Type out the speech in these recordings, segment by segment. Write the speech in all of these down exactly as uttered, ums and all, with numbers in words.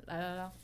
来来来，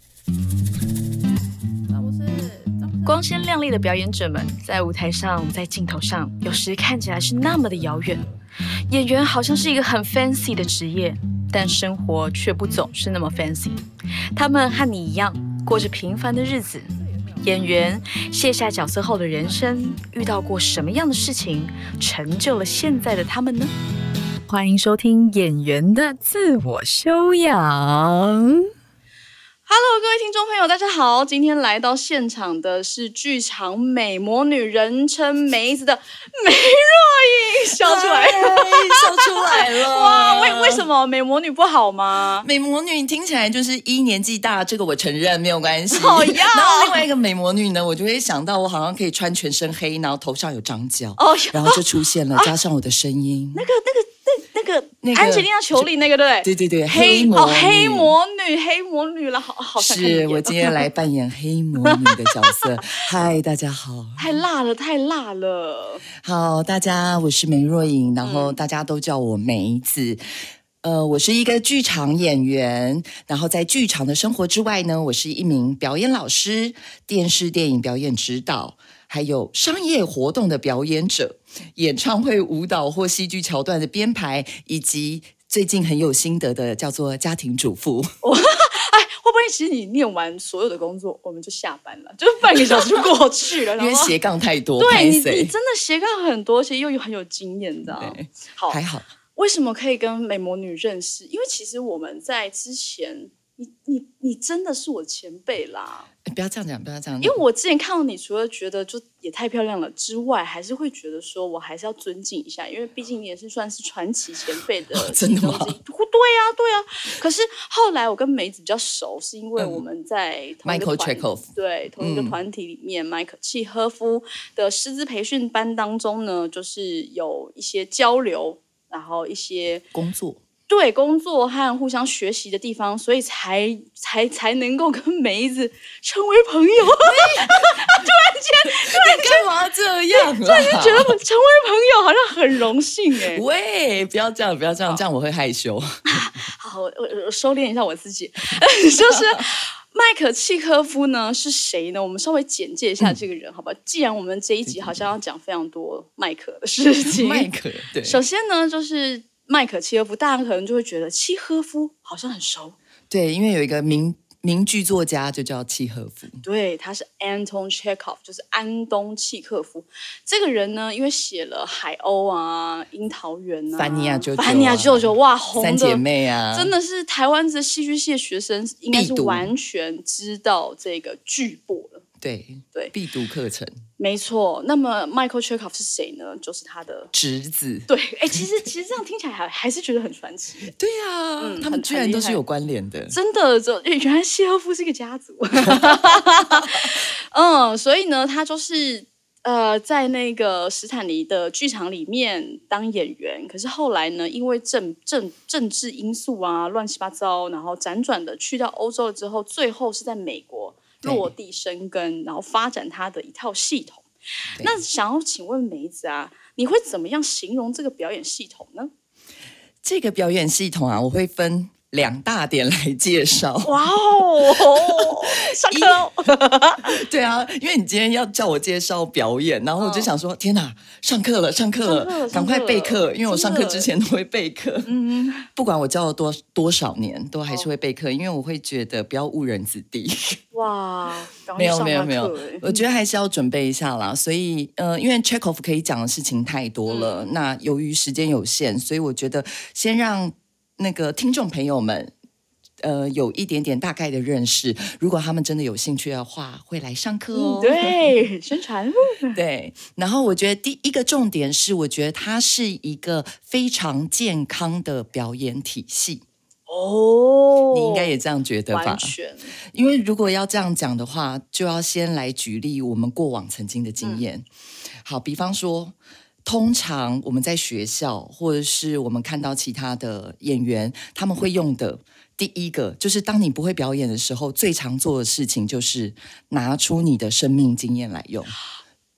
张博士，张博士光鲜亮丽的表演者们，在舞台上，在镜头上，有时看起来是那么的遥远。演员好像是一个很 fancy 的职业，但生活却不总是那么 fancy。他们和你一样，过着平凡的日子。演员卸下角色后的人生，遇到过什么样的事情，成就了现在的他们呢？欢迎收听《演员的自我修养》。Hello， 各位听众朋友，大家好！今天来到现场的是剧场美魔女，人称梅子的梅若影，笑出来了， 笑出来了！ 哇，为为什么美魔女不好吗？ 美魔女听起来就是一年纪大，这个我承认没有关系。 好呀。 然后另外一个美魔女呢，我就会想到我好像可以穿全身黑，然后头上有长角， 哦， 然后就出现了，啊、加上我的声音， 那个那个。那个那个安吉丽娜·裘丽那个对对对对， 黑魔女哦黑魔女黑魔女了，好好想看是我今天来扮演黑魔女的角色。嗨，大家好。 太辣了，太辣了。 好，大家，我是梅若影，然后大家都叫我梅子。嗯、呃，我是一个剧场演员，然后在剧场的生活之外呢，我是一名表演老师、电视电影表演指导，还有商业活动的表演者、演唱会舞蹈或戏剧桥段的编排，以及最近很有心得的叫做家庭主妇。 哎，会不会其实你念完所有的工作，我们就下班了，就是半个小时就过去了？ 因为斜杠太多， 对你，你真的斜杠很多，其实又很有经验，你知道吗？好， 还好。 为什么可以跟美魔女认识？因为其实我们在之前，你你你真的是我前辈啦！ 不要这样讲，不要这样讲。 因为我之前看到你，除了觉得就也太漂亮了之外，还是会觉得说我还是要尊敬一下，因为毕竟你也是算是传奇前辈的、 哦、真的吗？ 对呀、啊，对啊。可是后来我跟梅子比较熟，是因为我们在同一个团、 嗯、 对同一个团体里面，麦克契诃夫的师资培训班当中呢，就是有一些交流。然后一些工作， 对工作和互相学习的地方，所以才才才能够跟梅子成为朋友。突然间，突然间干嘛这样、啊？ 突然间觉得成为朋友好像很荣幸哎、欸。 喂，不要这样，不要这样，这样我会害羞。 好，我我收敛一下我自己，就是麦克契诃夫呢是谁呢？我们稍微简介一下这个人，嗯、好吧？既然我们这一集好像要讲非常多麦克的事情， 麦克对。 首先呢，就是麦克契诃夫，大家可能就会觉得契诃夫好像很熟， 对，因为有一个名名剧作家就叫契诃夫， 对，他是 Anton Chekhov， 就是安东契诃夫。这个人呢，因为写了海鸥啊、樱桃园啊、 凡尼亚舅舅、 凡尼亚舅舅，哇，红的三姐妹啊， 真的是台湾的戏剧系的学生应该是完全知道这个巨擘了。 对对， 必读课程。 没错。那么 Michael Chekhov 是谁呢？就是他的侄子。 对，哎，其实其实这样听起来还还是觉得很传奇。 对啊、嗯，他们居然都是有关联的。 真的，原来契诃夫是一个家族。嗯，所以呢，他就是呃，在那个史坦尼的剧场里面当演员，可是后来呢，因为政政政治因素啊，乱七八糟，然后辗转的去到欧洲了之后，最后是在美国落地生根，然后发展他的一套系统。那想要请问梅子啊，你会怎么样形容这个表演系统呢？ 这个表演系统啊，我会分两大点来介绍。 哇哦，上课哦！ 对啊，因为你今天要叫我介绍表演，然后我就想说，哦、天哪，上课了，上课了，赶快备课，因为我上课之前都会备课。嗯，不管我教了多多少年，都还是会备课，哦、因为我会觉得不要误人子弟。 哇， 没有没有没有，我觉得还是要准备一下啦。所以，呃，因为 Chekhov 可以讲的事情太多了，嗯、那由于时间有限，所以我觉得先让那个听众朋友们。呃，有一点点大概的认识，如果他们真的有兴趣的话，会来上课哦。 嗯、对，宣传。 对，然后我觉得第一个重点是，我觉得它是一个非常健康的表演体系。 哦， 你应该也这样觉得吧？ 完全。 因为如果要这样讲的话，就要先来举例我们过往曾经的经验。嗯、好，比方说。通常我们在学校，或者是我们看到其他的演员，他们会用的第一个，就是当你不会表演的时候，最常做的事情就是拿出你的生命经验来用。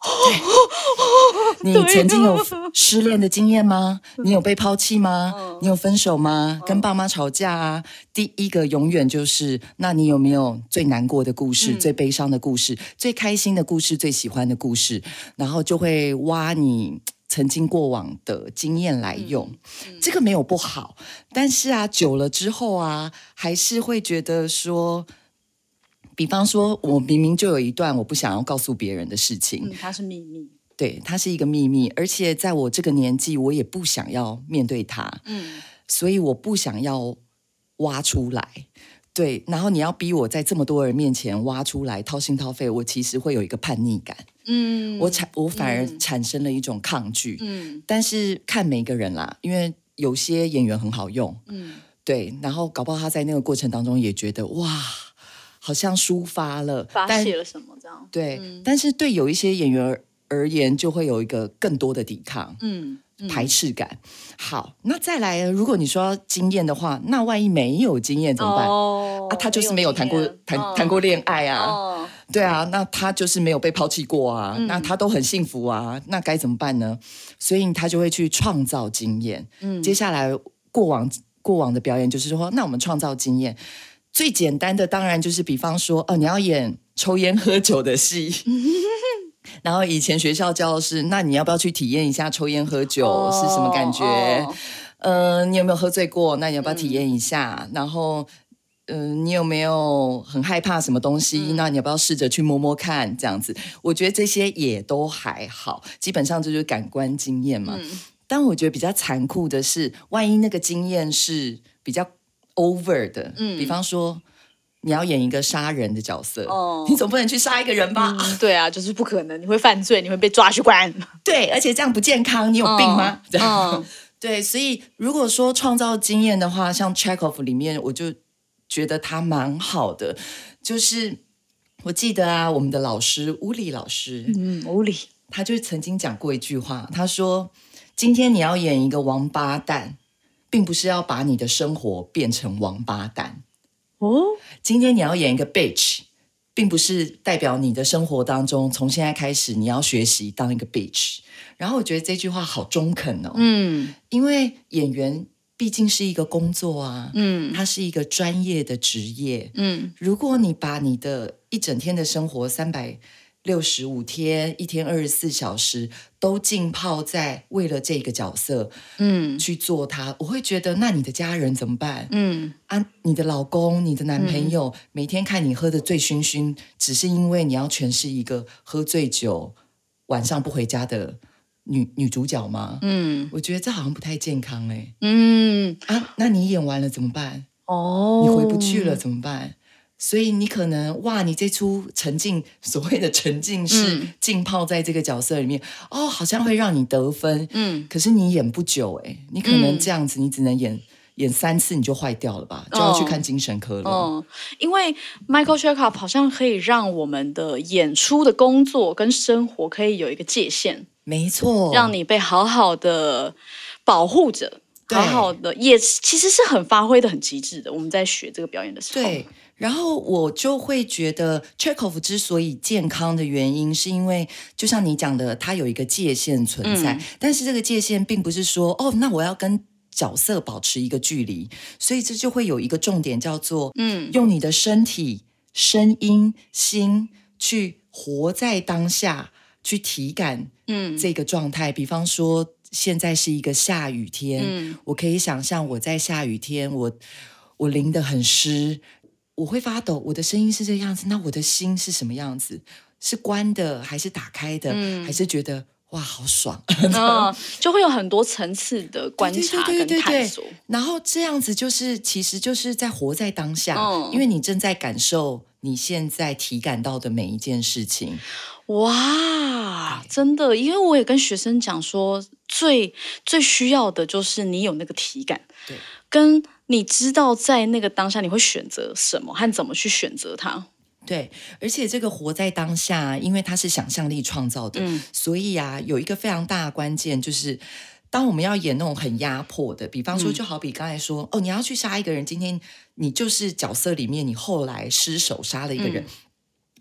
你曾经有失恋的经验吗？你有被抛弃吗？你有分手吗？跟爸妈吵架啊？第一个永远就是，那你有没有最难过的故事、嗯、最悲伤的故事、最开心的故事、最喜欢的故事？然后就会挖你曾经过往的经验来用。嗯嗯、这个没有不好，但是啊，久了之后啊，还是会觉得说。比方说我明明就有一段我不想要告诉别人的事情、 嗯、它是秘密， 对，它是一个秘密，而且在我这个年纪我也不想要面对它、嗯、所以我不想要挖出来，对，然后你要逼我在这么多人面前挖出来掏心掏肺，我其实会有一个叛逆感，嗯，我产我反而产生了一种抗拒，嗯，但是看每个人啦，因为有些演员很好用，嗯，对，然后搞不好他在那个过程当中也觉得哇好像抒发了， 发泄了什么这样？ 对、嗯，但是对有一些演员而言，就会有一个更多的抵抗，嗯，嗯排斥感。好，那再来，如果你说要经验的话，那万一没有经验怎么办？哦、啊，他就是没有谈过谈、哦、谈过恋爱啊、哦，对啊，那他就是没有被抛弃过啊、嗯，那他都很幸福啊，那该怎么办呢？所以他就会去创造经验。嗯，接下来过往过往的表演就是说，那我们创造经验。最简单的当然就是比方说哦，你要演抽烟喝酒的戏然后以前学校教的是那你要不要去体验一下抽烟喝酒、oh, 是什么感觉、oh. 呃，你有没有喝醉过，那你要不要体验一下、嗯、然后、呃、你有没有很害怕什么东西、嗯、那你要不要试着去摸摸看这样子，我觉得这些也都还好，基本上这就是感官经验嘛、嗯、但我觉得比较残酷的是万一那个经验是比较over 的、嗯、比方说你要演一个杀人的角色、哦、你总不能去杀一个人吧、 嗯、对啊，就是不可能，你会犯罪，你会被抓去关， 对，而且这样不健康，你有病吗、哦哦、对，所以如果说创造经验的话，像 Chekhov 里面我就觉得他蛮好的，就是我记得啊，我们的老师乌里老师， 嗯，乌里他就曾经讲过一句话，他说今天你要演一个王八蛋，并不是要把你的生活变成王八蛋哦。今天你要演一个 bitch， 并不是代表你的生活当中从现在开始你要学习当一个 bitch。然后我觉得这句话好中肯哦，嗯，因为演员毕竟是一个工作啊，嗯，它是一个专业的职业，嗯，如果你把你的一整天的生活三百六十五天，一天二十四小时都浸泡在为了这个角色，嗯，去做它，我会觉得那你的家人怎么办？嗯啊，你的老公、你的男朋友、嗯、每天看你喝得醉醺醺，只是因为你要诠释一个喝醉酒晚上不回家的女女主角吗？嗯，我觉得这好像不太健康哎、欸。嗯啊，那你演完了怎么办？哦，你回不去了怎么办？所以你可能哇，你这出沉浸，所谓的沉浸式、嗯、浸泡在这个角色里面，哦，好像会让你得分，嗯，可是你演不久哎，你可能这样子，你只能演、嗯、演三次你就坏掉了吧，就要去看精神科了。 嗯，因为 Michael Chekhov 好像可以让我们的演出的工作跟生活可以有一个界限， 没错， 让你被好好的保护着，好好的，也其实是很发挥的很极致的。我们在学这个表演的时候， 对。然后我就会觉得 Chekhov 之所以健康的原因是因为就像你讲的他有一个界限存在、嗯、但是这个界限并不是说哦那我要跟角色保持一个距离，所以这就会有一个重点叫做嗯，用你的身体声音心去活在当下，去体感嗯这个状态、嗯、比方说现在是一个下雨天、嗯、我可以想象我在下雨天，我我淋得很湿，我会发抖，我的声音是这样子，那我的心是什么样子？是关的还是打开的、嗯、还是觉得哇好爽、 嗯、就会有很多层次的观察跟探索，对对对对对， 然后这样子就是其实就是在活在当下、嗯、因为你正在感受你现在体感到的每一件事情。 哇，真的，因为我也跟学生讲说最最需要的就是你有那个体感，对，跟你知道在那个当下你会选择什么和怎么去选择它。 对，而且这个活在当下因为它是想象力创造的、嗯、所以啊有一个非常大的关键就是当我们要演那种很压迫的，比方说就好比刚才说、嗯、哦，你要去杀一个人，今天你就是角色里面你后来失手杀了一个人、嗯，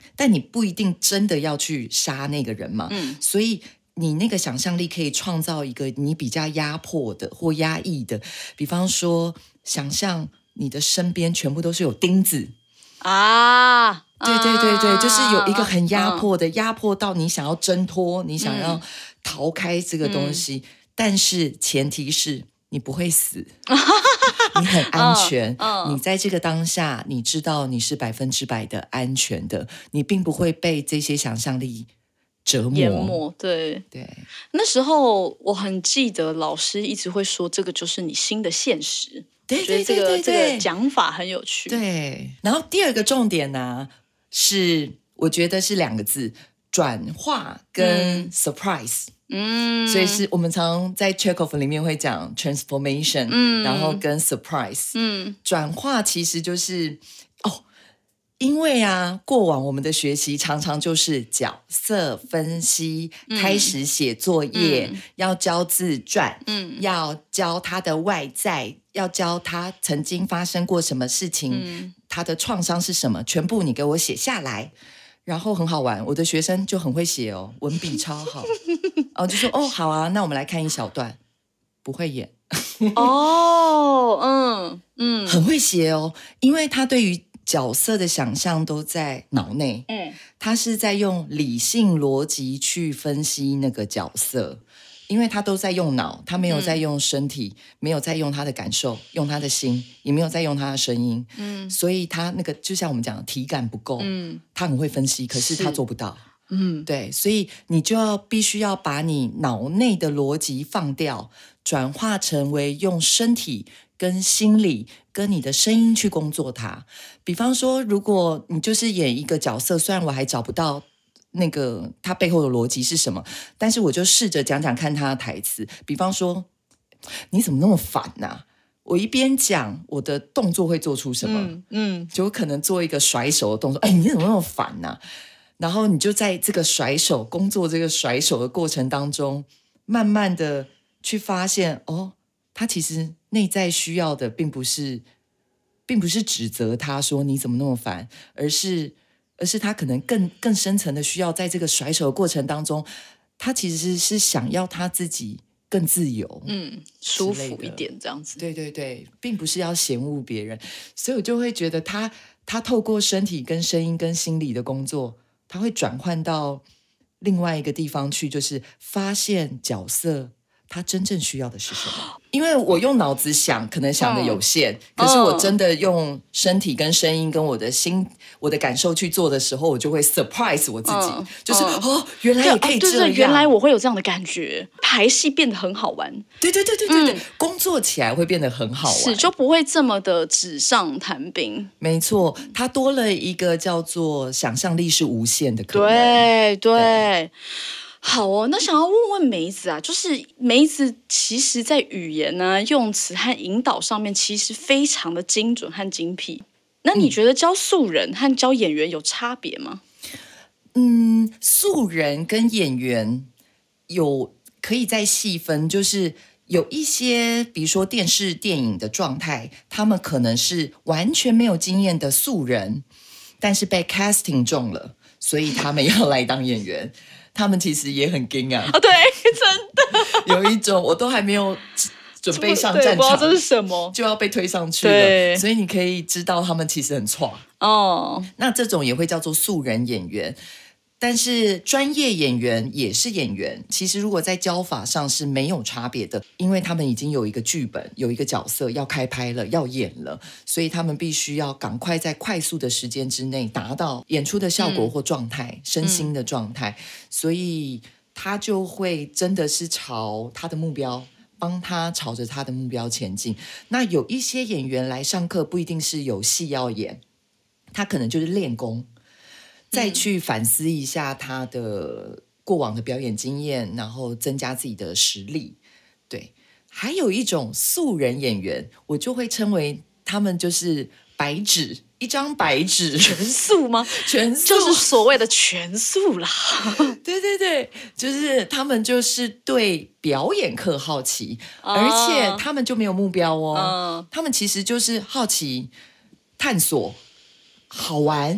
但你不一定真的要去杀那个人嘛，嗯，所以你那个想象力可以创造一个你比较压迫的或压抑的，比方说想象你的身边全部都是有钉子啊，对对对对，就是有一个很压迫的，压迫到你想要挣脱，你想要逃开这个东西，嗯，但是前提是你不会死，你很安全，嗯嗯，你在这个当下，你知道你是百分之百的安全的，你并不会被这些想象力折磨淹没。对对， 那时候我很记得老师一直会说，这个就是你新的现实。 对对对对对， 这个这个讲法很有趣。 对，然后第二个重点呢，是我觉得是两个字：转化跟 surprise。嗯，所以是我们常在 Chekhov 里面会讲 transformation，嗯，然后跟 surprise，嗯，转化其实就是哦，因为啊，过往我们的学习常常就是角色分析，嗯，开始写作业，嗯，要教自传，嗯，要教他的外在，要教他曾经发生过什么事情，嗯，他的创伤是什么，全部你给我写下来。然后很好玩，我的学生就很会写哦，文笔超好，哦，就说哦好啊，那我们来看一小段，不会演哦，嗯嗯， 很会写哦，因为他对于角色的想象都在脑内，嗯，他是在用理性逻辑去分析那个角色。因为他都在用脑，他没有在用身体，嗯，没有在用他的感受，用他的心，也没有在用他的声音，嗯，所以他那个就像我们讲的体感不够，嗯，他很会分析，可是他做不到，嗯，对，所以你就要必须要把你脑内的逻辑放掉，转化成为用身体跟心理跟你的声音去工作它。比方说，如果你就是演一个角色，虽然我还找不到那个他背后的逻辑是什么，但是我就试着讲讲看他的台词。比方说，你怎么那么烦啊？我一边讲，我的动作会做出什么？嗯，嗯就可能做一个甩手的动作。哎，你怎么那么烦啊？然后你就在这个甩手工作这个甩手的过程当中，慢慢的去发现，哦，他其实内在需要的并不是，并不是指责他说你怎么那么烦，而是。而是他可能更更深层的需要，在这个甩手的过程当中，他其实是想要他自己更自由，嗯， 舒服一点这样子。 对对对，并不是要嫌恶别人，所以我就会觉得他他透过身体跟声音跟心理的工作，他会转换到另外一个地方去，就是发现角色他真正需要的是什么。因为我用脑子想可能想的有限、嗯、可是我真的用身体跟声音跟我的心我的感受去做的时候，我就会 surprise 我自己、嗯、就是、嗯、哦原来也可以这样、 对对对，原来我会有这样的感觉，排戏变得很好玩。 对对对对对对、嗯、工作起来会变得很好玩， 是就不会这么的纸上谈兵。 没错，它多了一个叫做想象力是无限的可能。 对 对, 对好哦，那想要问问梅子啊，就是梅子其实在语言呢、用词和引导上面其实非常的精准和精辟。那你觉得教素人和教演员有差别吗？ 嗯，素人跟演员有可以再细分，就是有一些比如说电视电影的状态，他们可能是完全没有经验的素人，但是被 casting 中了，所以他们要来当演员。他们其实也很惊啊！ 哦，对，真的有一种我都还没有准备上战场，不知道这是什么， 就要被推上去了，所以你可以知道他们其实很挫哦。那这种也会叫做素人演员，但是专业演员也是演员。其实如果在教法上是没有差别的，因为他们已经有一个剧本，有一个角色要开拍了，要演了，所以他们必须要赶快在快速的时间之内达到演出的效果或状态、嗯、身心的状态、嗯、所以他就会真的是朝他的目标，帮他朝着他的目标前进。那有一些演员来上课不一定是有戏要演，他可能就是练功，再去反思一下他的过往的表演经验，然后增加自己的实力。对，还有一种素人演员，我就会称为他们就是白纸，一张白纸。 全素吗？ 全素， 就是所谓的全素啦。 对对对，就是他们就是对表演课好奇、哦、而且他们就没有目标哦、嗯、他们其实就是好奇、探索、好玩，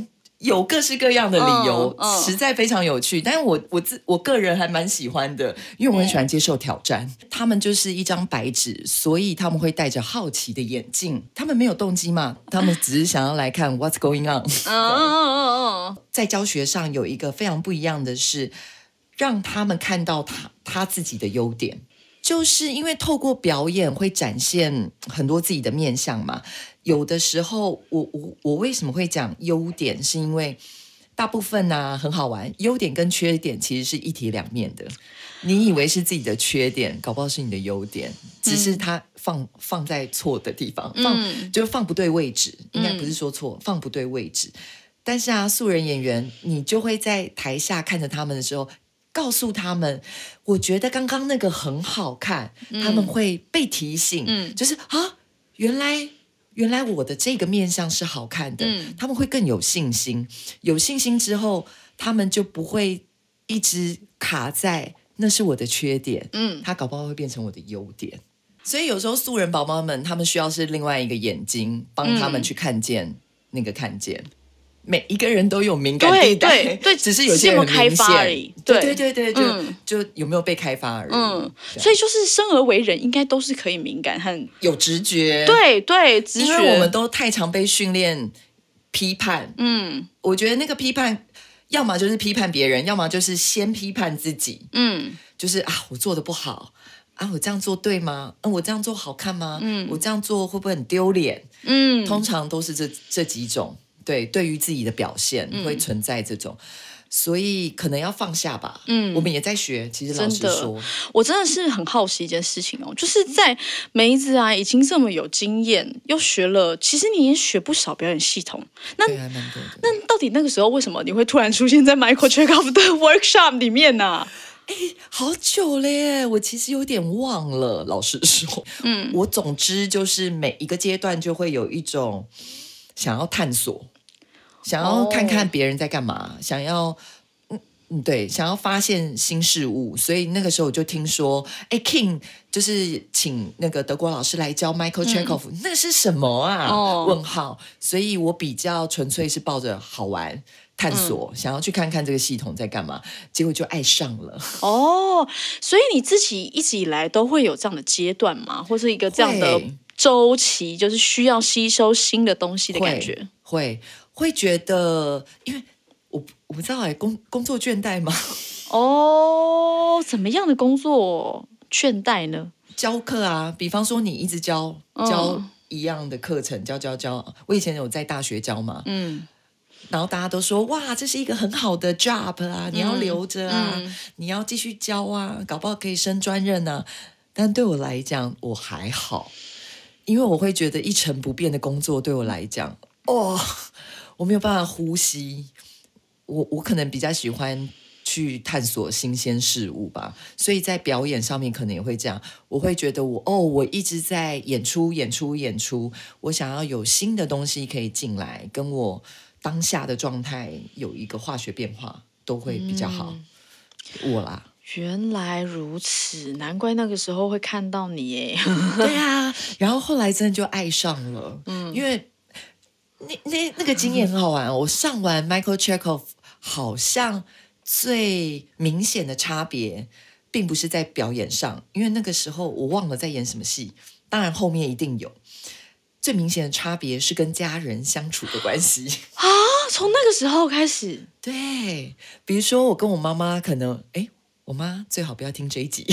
有各式各样的理由， 嗯嗯、 实在非常有趣。但是我我自我个人还蛮喜欢的，因为我很喜欢接受挑战。嗯、他们就是一张白纸，所以他们会戴着好奇的眼镜。他们没有动机嘛，他们只是想要来看 what's going on。嗯、在教学上有一个非常不一样的是，让他们看到他他自己的优点。就是因为透过表演会展现很多自己的面向嘛，有的时候我我我为什么会讲优点，是因为大部分啊很好玩，优点跟缺点其实是一体两面的。你以为是自己的缺点，搞不好是你的优点，只是它放放在错的地方，放、嗯、就放不对位置，应该不是说错，放不对位置。但是啊，素人演员你就会在台下看着他们的时候，告诉他们，我觉得刚刚那个很好看，嗯、他们会被提醒，嗯、就是啊，原来原来我的这个面向是好看的，嗯、他们会更有信心。有信心之后，他们就不会一直卡在那是我的缺点，嗯，他搞不好会变成我的优点。所以有时候素人宝宝们，他们需要是另外一个眼睛，帮他们去看见那个看见。每一个人都有敏感地带，对对对，只是有些人很明显而已。对对对对，就、嗯、就有没有被开发而已。嗯， 所以就是生而为人，应该都是可以敏感和有直觉。 对对，直觉。 因为我们都太常被训练批判。嗯，我觉得那个批判，要么就是批判别人，要么就是先批判自己。嗯，就是啊，我做的不好啊，我这样做对吗？嗯，我这样做好看吗？嗯，我这样做会不会很丢脸？嗯，通常都是这这几种。对，对于自己的表现会存在这种，嗯、所以可能要放下吧。嗯，我们也在学。其实老实说， 我真的是很好奇一件事情哦，就是在梅子啊已经这么有经验，又学了，其实你也学不少表演系统。那对，还蛮多的。 那到底那个时候为什么你会突然出现在 Michael Chekhov 的 workshop 里面呢、啊？ 哎，好久了耶！我其实有点忘了，老实说。嗯，我总之就是每一个阶段就会有一种想要探索。想要看看别人在干嘛， oh. 想要嗯对，想要发现新事物，所以那个时候我就听说，哎 ，King 就是请那个德国老师来教 Michael Chekhov，、嗯、那是什么啊？ oh. 问号。所以我比较纯粹是抱着好玩探索、嗯，想要去看看这个系统在干嘛，结果就爱上了。 哦、oh, 所以你自己一直以来都会有这样的阶段吗？或是一个这样的周期，就是需要吸收新的东西的感觉？ 会。会会觉得，因为我我不知道哎，工工作倦怠吗？ 哦，怎么样的工作倦怠呢？ 教课啊，比方说你一直教、嗯、教一样的课程，教教教。我以前有在大学教嘛，嗯，然后大家都说哇，这是一个很好的 job 啊，你要留着啊，嗯、你要继续教啊，搞不好可以升专任啊。但对我来讲，我还好，因为我会觉得一成不变的工作对我来讲，哦。我没有办法呼吸，我我可能比较喜欢去探索新鲜事物吧，所以在表演上面可能也会这样。我会觉得我哦，我一直在演出演出演出，我想要有新的东西可以进来，跟我当下的状态有一个化学变化，都会比较好。嗯、我啦。 原来如此，难怪那个时候会看到你耶。 对啊，然后后来真的就爱上了，嗯，因为。那那那个经验很好玩，我上完 Michael Chekhov 好像最明显的差别并不是在表演上，因为那个时候我忘了在演什么戏，当然后面一定有。最明显的差别是跟家人相处的关系啊，从那个时候开始。 对，比如说我跟我妈妈可能，哎，我妈最好不要听这一集。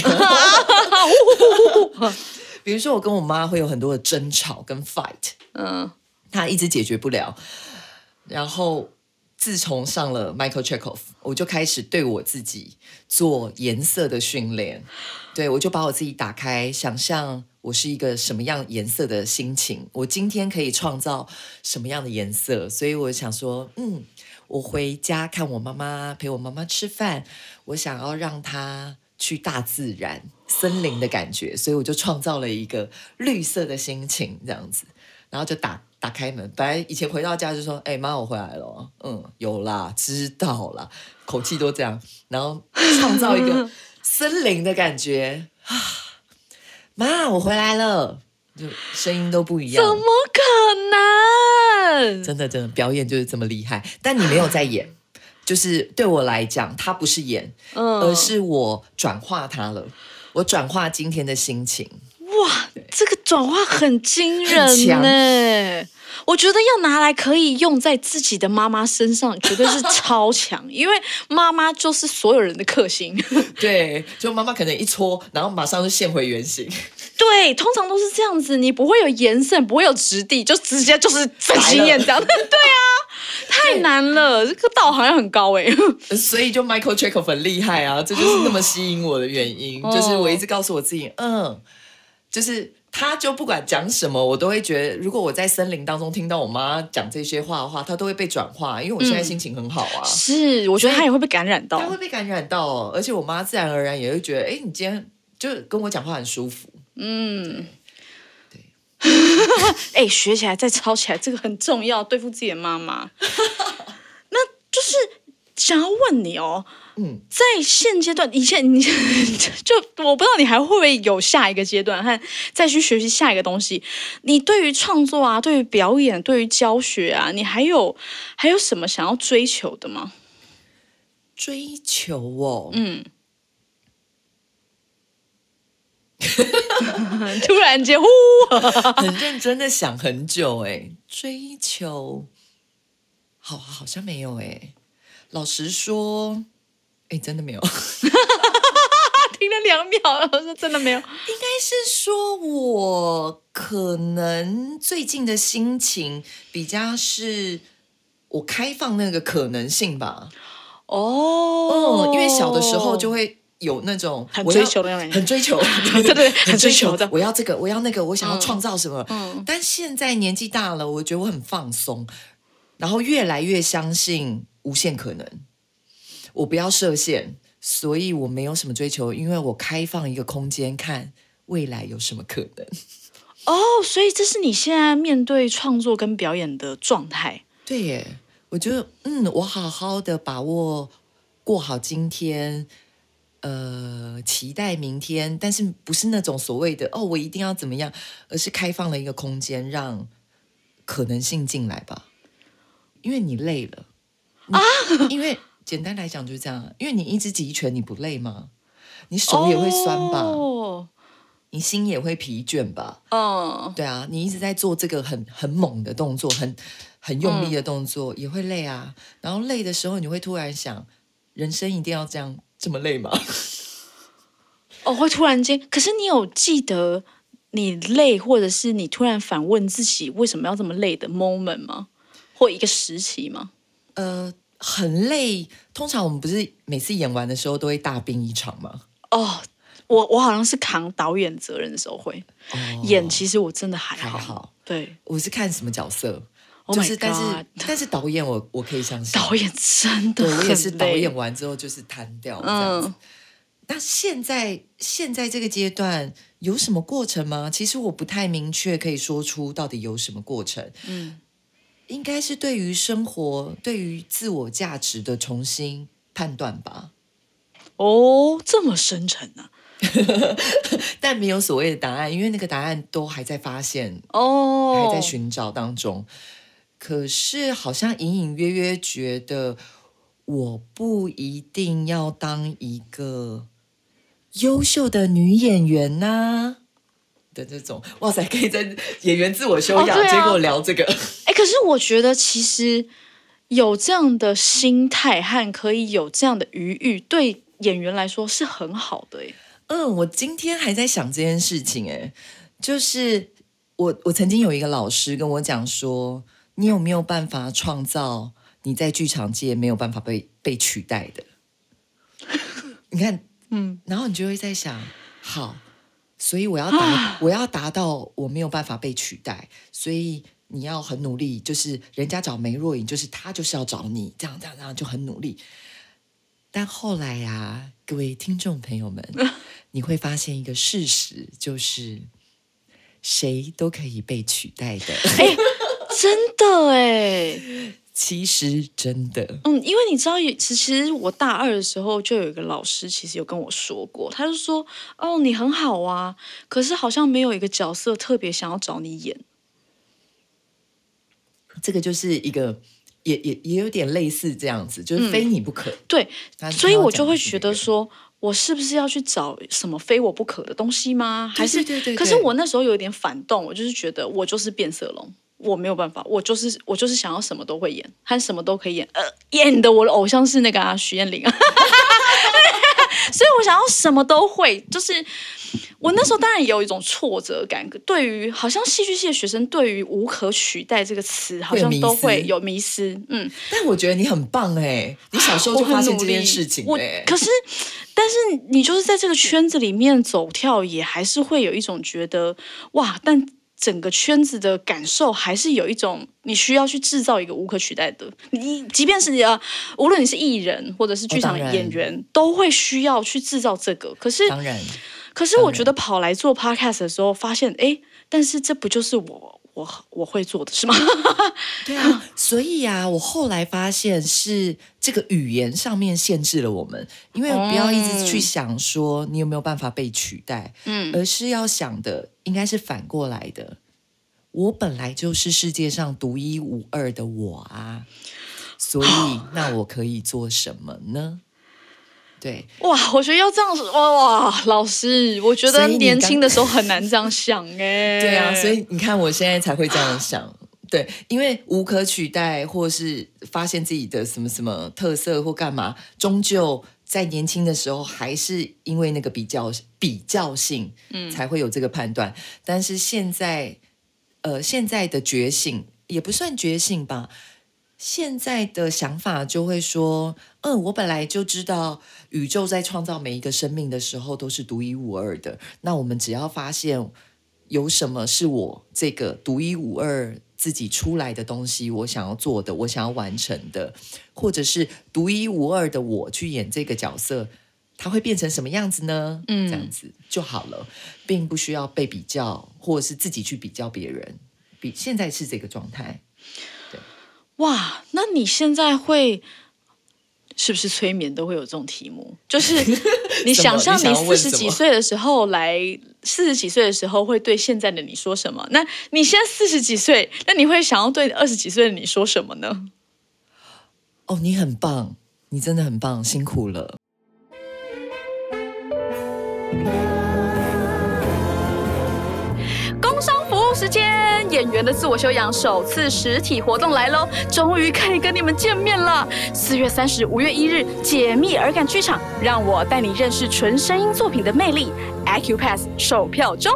比如说我跟我妈会有很多的争吵跟 fight， 嗯。他一直解决不了，然后自从上了 Michael Chekhov， 我就开始对我自己做颜色的训练。对，我就把我自己打开，想象我是一个什么样颜色的心情，我今天可以创造什么样的颜色。所以我想说，嗯，我回家看我妈妈，陪我妈妈吃饭，我想要让她去大自然、森林的感觉，所以我就创造了一个绿色的心情，这样子，然后就打。打开门，本来以前回到家就说：“哎、欸、妈，我回来了。”嗯，有啦，知道啦，口气都这样，然后创造一个森林的感觉啊！妈，我回来了，就声音都不一样。 怎么可很难， 真的真的，表演就是这么厉害。但你没有在演，就是对我来讲，它不是演，嗯、而是我转化它了。我转化今天的心情。 哇，这个转化很惊人呢！我觉得要拿来可以用在自己的妈妈身上，绝对是超强，因为妈妈就是所有人的克星。 对，就妈妈可能一搓，然后马上就现回原形。 对，通常都是这样子，你不会有延伸，不会有质地，就直接就是很惊艳这样。对啊，太难了，这个道好像很高哎。 所以就 Michael Chekhov 很厉害啊，这就是那么吸引我的原因，哦、就是我一直告诉我自己，嗯，就是他就不管讲什么，我都会觉得，如果我在森林当中听到我妈讲这些话的话，她都会被转化，因为我现在心情很好啊。嗯、 是，我觉得她也会被感染到， 她会被感染到、哦，而且我妈自然而然也会觉得，哎，你今天就跟我讲话很舒服。嗯，对， 哎、欸，学起来再抄起来，这个很重要，对付自己的妈妈。那就是想要问你哦，嗯，在现阶段，你现你就我不知道你还会不会有下一个阶段，和再去学习下一个东西。你对于创作啊，对于表演，对于教学啊，你还有还有什么想要追求的吗？ 追求哦，嗯。 突然间，呼， 很认真的想很久哎，追求，好好像没有哎。老实说，哎，真的没有。 停了两秒，我说真的没有。应该是说我可能最近的心情比较是我开放那个可能性吧。哦，嗯，因为小的时候就会。有那种很追求的人， 很追求， 对对对，很追求的。 我要这个，我要那个，我想要创造什么。嗯，但现在年纪大了，我觉得我很放松，然后越来越相信无限可能。我不要设限，所以我没有什么追求，因为我开放一个空间，看未来有什么可能。 哦，所以这是你现在面对创作跟表演的状态。 对耶，我觉得，嗯，我好好的把握，过好今天。呃，期待明天，但是不是那种所谓的哦，我一定要怎么样，而是开放了一个空间，让可能性进来吧。因为你累了啊，因为简单来讲就是这样，因为你一直集拳，你不累吗？你手也会酸吧，哦、你心也会疲倦吧。嗯，对啊，你一直在做这个很很猛的动作，很很用力的动作，嗯、也会累啊。然后累的时候，你会突然想，人生一定要这样。这么累吗？ 哦，会突然间。可是你有记得你累，或者是你突然反问自己为什么要这么累的 moment 吗？或一个时期吗？ 呃，很累。通常我们不是每次演完的时候都会大病一场吗？ 哦，我我好像是扛导演责任的时候会、哦、演，其实我真的还好。还好，对， 我是看什么角色。 Oh、 就是，但是但是导演我我可以相信， 导演真的很累， 我也是导演完之后就是瘫掉这样子。嗯、那现在现在这个阶段有什么过程吗？其实我不太明确可以说出到底有什么过程。嗯，应该是对于生活、对于自我价值的重新判断吧。 哦，这么深沉啊！ 但没有所谓的答案，因为那个答案都还在发现，哦，还在寻找当中。可是好像隐隐约约觉得我不一定要当一个优秀的女演员呐、啊、的这种，哇塞，可以在演员自我修养、哦啊、结果聊这个。 哎，可是我觉得其实有这样的心态和可以有这样的余裕，对演员来说是很好的耶。 嗯，我今天还在想这件事情，哎，就是我我曾经有一个老师跟我讲说，你有没有办法创造你在剧场界没有办法被被取代的？你看，嗯，然后你就会在想，好，所以我要达、啊、我要达到我没有办法被取代，所以你要很努力，就是人家找梅若颖，就是他就是要找你，这样这样这样就很努力。但后来呀、啊，各位听众朋友们，你会发现一个事实，就是谁都可以被取代的。 哎，真的哎， 其实真的， 嗯，因为你知道，其实我大二的时候就有一个老师，其实有跟我说过，他就说，哦，你很好啊，可是好像没有一个角色特别想要找你演。 这个就是一个也也也有点类似这样子，就是非你不可。 嗯、对，所以我就会觉得说，我是不是要去找什么非我不可的东西吗？还是？ 对对对对对， 可是我那时候有点反动，我就是觉得我就是变色龙。我没有办法，我就是我就是想要什么都会演，和什么都可以演。呃，演的我的偶像是那个啊，许燕玲啊，所以我想要什么都会。就是我那时候当然也有一种挫折感，对于好像戏剧系的学生对于无可取代这个词，好像都会有迷思。嗯， 但我觉得你很棒哎、欸，你小时候就发现这件事情哎、欸。 可是，但是你就是在这个圈子里面走跳，也还是会有一种觉得哇，但。整个圈子的感受还是有一种，你需要去制造一个无可取代的。你即便是呃，无论你是艺人或者是剧场演员，哦、都会需要去制造这个。可是， 当然， 可是我觉得跑来做 podcast 的时候，发现哎，但是这不就是我我我会做的是吗？ 对啊，所以啊，我后来发现是这个语言上面限制了我们，因为不要一直去想说你有没有办法被取代，嗯，而是要想的应该是反过来的。我本来就是世界上独一无二的我啊，所以那我可以做什么呢？对， 哇，我觉得要这样哇哇，老师，我觉得年轻的时候很难这样想哎、欸。 对啊，所以你看我现在才会这样想。对，因为无可取代，或是发现自己的什么什么特色或干嘛，终究在年轻的时候还是因为那个比较比较性，嗯，才会有这个判断。但是现在，呃，现在的觉醒也不算觉醒吧。现在的想法就会说，嗯，我本来就知道宇宙在创造每一个生命的时候都是独一无二的。那我们只要发现有什么是我这个独一无二自己出来的东西，我想要做的，我想要完成的，或者是独一无二的我去演这个角色，它会变成什么样子呢？嗯，这样子就好了，并不需要被比较，或者是自己去比较别人。比现在是这个状态。 哇，那你现在会是不是催眠都会有这种题目？就是你想象你四十几岁的时候来，四十几岁的时候会对现在的你说什么？那你现在四十几岁，那你会想要对二十几岁的你说什么呢？ 哦，你很棒，你真的很棒，辛苦了。 工商服务时间。演员的自我修养首次实体活动来咯，终于可以跟你们见面了。四月三十、五月一日，解密耳感剧场，让我带你认识纯声音作品的魅力。Acupass 售票中。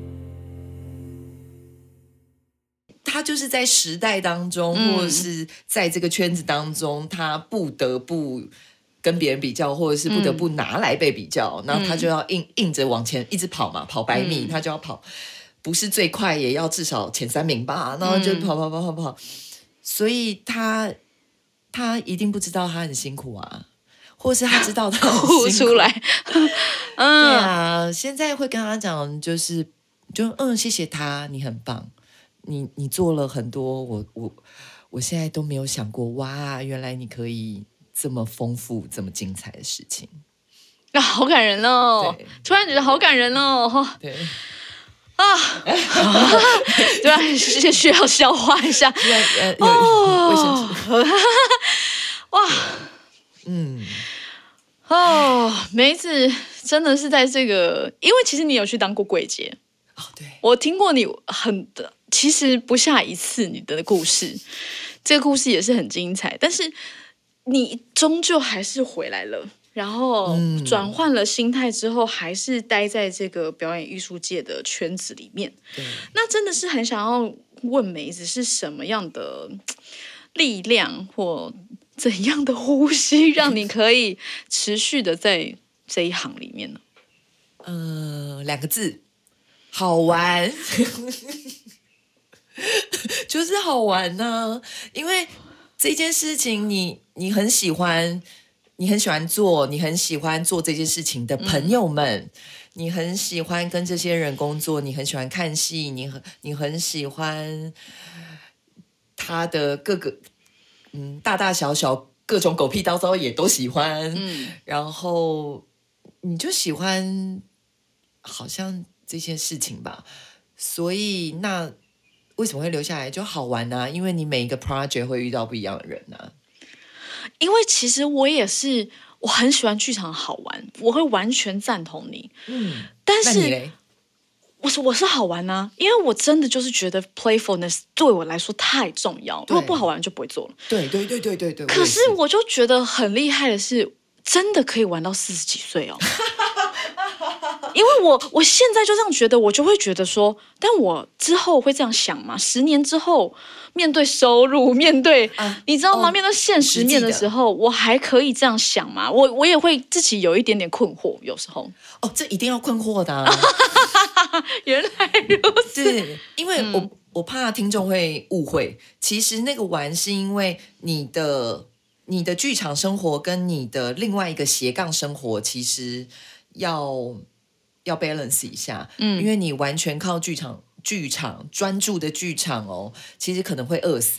他就是在时代当中，嗯、或者是在这个圈子当中，他不得不跟别人比较，或者是不得不拿来被比较，然后、嗯、他就要硬硬着往前一直跑嘛，跑百米、嗯、他就要跑。不是最快也要至少前三名吧，然后就跑跑跑跑跑，所以他他一定不知道他很辛苦啊，或是他知道他很辛苦哭出来。 嗯，对啊，现在会跟他讲，就是就嗯，谢谢他，你很棒，你你做了很多我我我现在都没有想过，哇，原来Nicole可以这么丰富、这么精彩的事情， 啊，好感人哦！突然觉得好感人哦， 对。 啊，对啊，需需要消化一下。 呃，有卫生纸。 哇， 嗯， 哦，梅子真的是在这个，因为其实你有去当过柜姐哦，对， 我听过你很的，其实不下一次你的故事，这个故事也是很精彩，但是你终究还是回来了。然后转换了心态之后，还是待在这个表演艺术界的圈子里面。那真的是很想要问梅子，是什么样的力量或怎样的呼吸，让你可以持续的在这一行里面呢？ 呃，两个字，好玩，就是好玩呢、啊。因为这件事情你，你你很喜欢。你很喜欢做，你很喜欢做这件事情的朋友们，嗯、你很喜欢跟这些人工作，你很喜欢看戏，你很你很喜欢他的各个嗯大大小小各种狗屁叨叨也都喜欢，嗯、然后你就喜欢好像这些事情吧，所以那为什么会留下来？就好玩啊，因为你每一个 project 会遇到不一样的人啊。 因为其实我也是，我很喜欢剧场好玩，我会完全赞同你。嗯，但是那你嘞？ 我是我是好玩啊，因为我真的就是觉得 playfulness 对我来说太重要，如果不好玩就不会做了。 对对对对对对。 可是我就觉得很厉害的是，真的可以玩到四十几岁哦。因为我我现在就这样觉得，我就会觉得说，但我之后会这样想嘛？十年之后，面对收入，面对、啊、你知道吗？哦、面对现实面的时候，我还可以这样想吗？我我也会自己有一点点困惑，有时候。 哦，这一定要困惑的、啊。 原来如此。 是因为我、嗯、我怕听众会误会，其实那个玩是因为你的你的剧场生活跟你的另外一个斜杠生活，其实要。要 balance 一下，嗯，因为你完全靠剧场剧场专注的剧场哦，其实可能会饿死。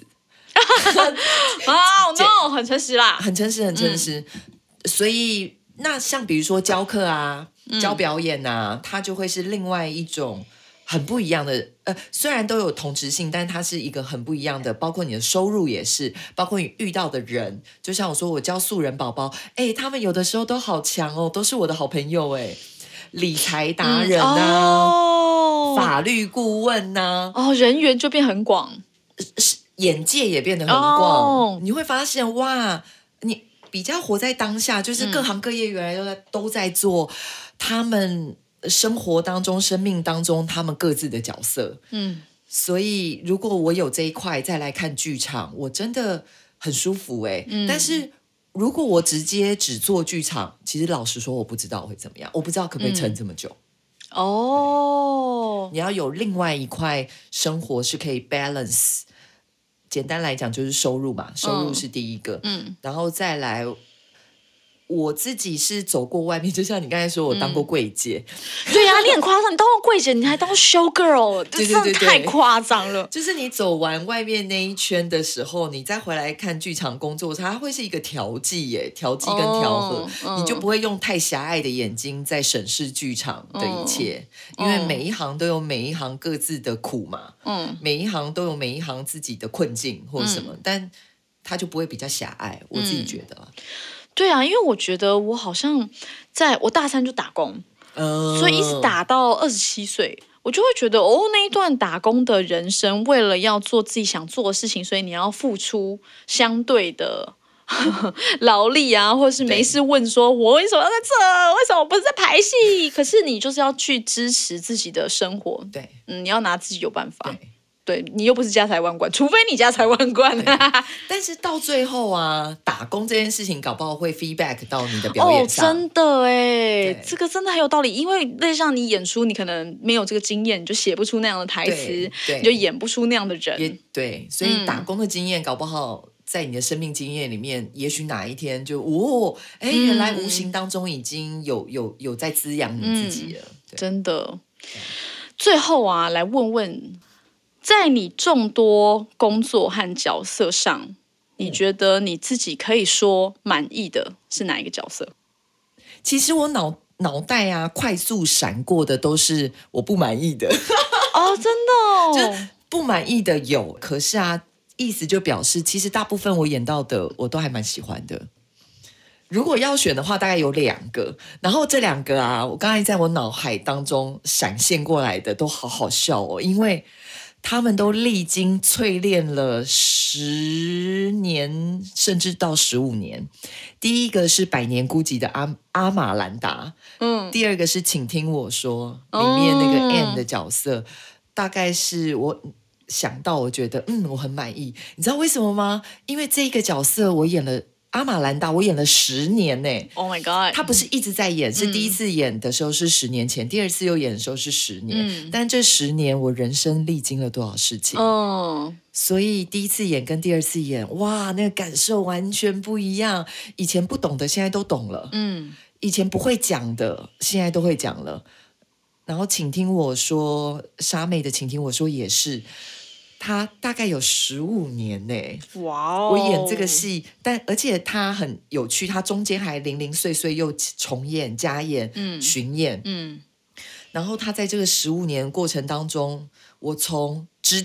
哦 no， 很诚实啦， 很诚实，很诚实。嗯、所以那像比如说教课啊、嗯、教表演啊，它就会是另外一种很不一样的。呃，虽然都有同质性，但它是一个很不一样的。包括你的收入也是，包括你遇到的人。就像我说，我教素人宝宝，哎，他们有的时候都好强哦，都是我的好朋友哎。理财达人啊、嗯哦、法律顾问啊， 哦，人缘就变很广， 眼界也变得很广、哦、你会发现哇，你比较活在当下，就是各行各业原来都在、嗯、都在做他们生活当中生命当中他们各自的角色。嗯，所以如果我有这一块再来看剧场，我真的很舒服哎、欸嗯，但是如果我直接只做剧场，其实老实说我不知道会怎么样，我不知道可不可以撑这么久。嗯、哦，你要有另外一块生活是可以 balance， 简单来讲就是收入嘛，收入是第一个，嗯，然后再来。我自己是走过外面，就像你刚才说我当过柜姐、 嗯、对啊，你很夸张，你当过柜姐你还当 show girl， 对对对对， 太夸张了。 就是你走完外面那一圈的时候，你再回来看剧场工作，它会是一个调剂耶，调剂跟调和、哦嗯、你就不会用太狭隘的眼睛在审视剧场的一切、嗯、因为每一行都有每一行各自的苦嘛，嗯，每一行都有每一行自己的困境或者什么、嗯、但它就不会比较狭隘，我自己觉得、嗯对啊，因为我觉得我好像在我大三就打工，呃、所以一直打到二十七岁，我就会觉得哦，那一段打工的人生，为了要做自己想做的事情，所以你要付出相对的劳力啊，或是没事问说我为什么要在这，为什么我不是在排戏？可是你就是要去支持自己的生活， 对， 嗯，你要拿自己有办法。对，你又不是家财万贯，除非你家财万贯。 但是到最后啊，打工这件事情搞不好会 feedback 到你的表演上。 哦，真的哎，这个真的很有道理。因为类像你演出，你可能没有这个经验，你就写不出那样的台词，你就演不出那样的人。 也对，所以打工的经验搞不好在你的生命经验里面，也许哪一天就哦，哎，原来无形当中已经有有有在滋养你自己了。嗯、 真的。最后啊，来问问。在你众多工作和角色上，你觉得你自己可以说满意的是哪一个角色？ 其实我脑脑袋啊，快速闪过的都是我不满意的。 哦，真的哦， 就不满意的有，可是啊，意思就表示其实大部分我演到的我都还蛮喜欢的。如果要选的话，大概有两个，然后这两个啊，我刚才在我脑海当中闪现过来的都好好笑哦，因为他们都历经淬炼了十年，甚至到十五年。第一个是《百年孤寂》的阿阿玛兰达，嗯，第二个是《请听我说》里面那个 Anne 的角色，哦、大概是我想到，我觉得嗯，我很满意。你知道为什么吗？因为这个角色我演了。阿玛兰达，我演了十年呢、欸。 Oh my god！ 他不是一直在演，嗯、是第一次演的时候是十年前，第二次又演的时候是十年。嗯、但这十年我人生历经了多少事情？哦，所以第一次演跟第二次演，哇，那个感受完全不一样。以前不懂的，现在都懂了。嗯，以前不会讲的，现在都会讲了。然后，请听我说，莎妹的，请听我说也是。他大概有十五年呢、欸，哇哦！我演这个戏，但而且他很有趣，他中间还零零碎碎又重演、加演、嗯、巡演，嗯。然后他在这个十五年过程当中，我从肢体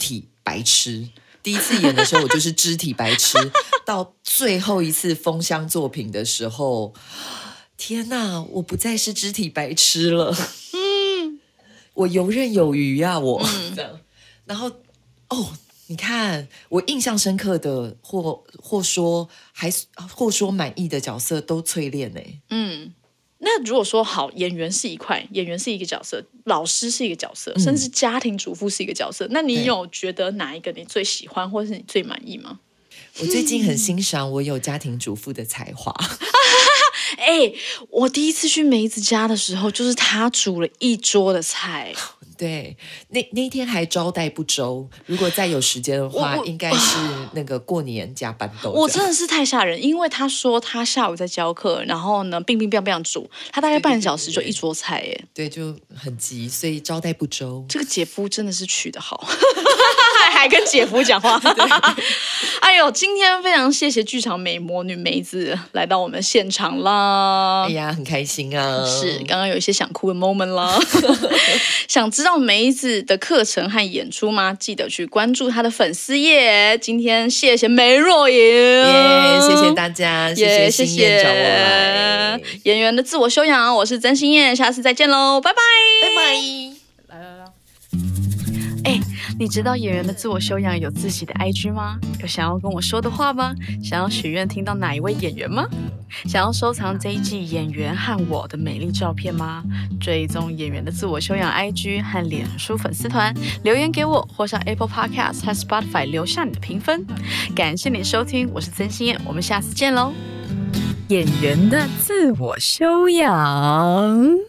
白痴。第一次演的时候，我就是肢体白痴。到最后一次封箱作品的时候，天哪，我不再是肢体白痴了。嗯，我游刃有余啊，我、嗯、这样。然后，哦，你看，我印象深刻的，或或说还或说满意的角色都淬炼哎、欸。 嗯。那如果说好，演员是一块，演员是一个角色，老师是一个角色，甚至家庭主妇是一个角色，嗯、那你有觉得哪一个你最喜欢，或是你最满意吗？ 我最近很欣赏我有家庭主妇的才华。 哎、欸，我第一次去梅子家的时候，就是她煮了一桌的菜。 对，那那一天还招待不周，如果再有时间的话，应该是那个过年加班豆。 我真的是太吓人，因为他说他下午在教课，然后呢，冰冰冰冰煮，他大概半小时就一桌菜耶。 对，就很急，所以招待不周。 这个姐夫真的是娶得好。还跟姐夫讲话。哎呦，今天非常谢谢剧场美魔女梅子来到我们现场啦。 哎呀，很开心啊。 是，刚刚有一些想哭的 moment 啦。想知道梅子的课程和演出吗？记得去关注她的粉丝页。今天谢谢梅若莹， 耶，谢谢大家，谢谢心燕找我来。 演员的自我修养，我是曾心燕，下次再见喽，拜拜， 拜拜。 来来来。哎、欸，你知道演员的自我修养有自己的 I G 吗？有想要跟我说的话吗？想要许愿听到哪一位演员吗？想要收藏这一季演员和我的美丽照片吗？追踪演员的自我修养 I G 和脸书粉丝团，留言给我，或上 Apple Podcast 和 Spotify 留下你的评分。感谢你收听，我是曾心燕，我们下次见喽。演员的自我修养。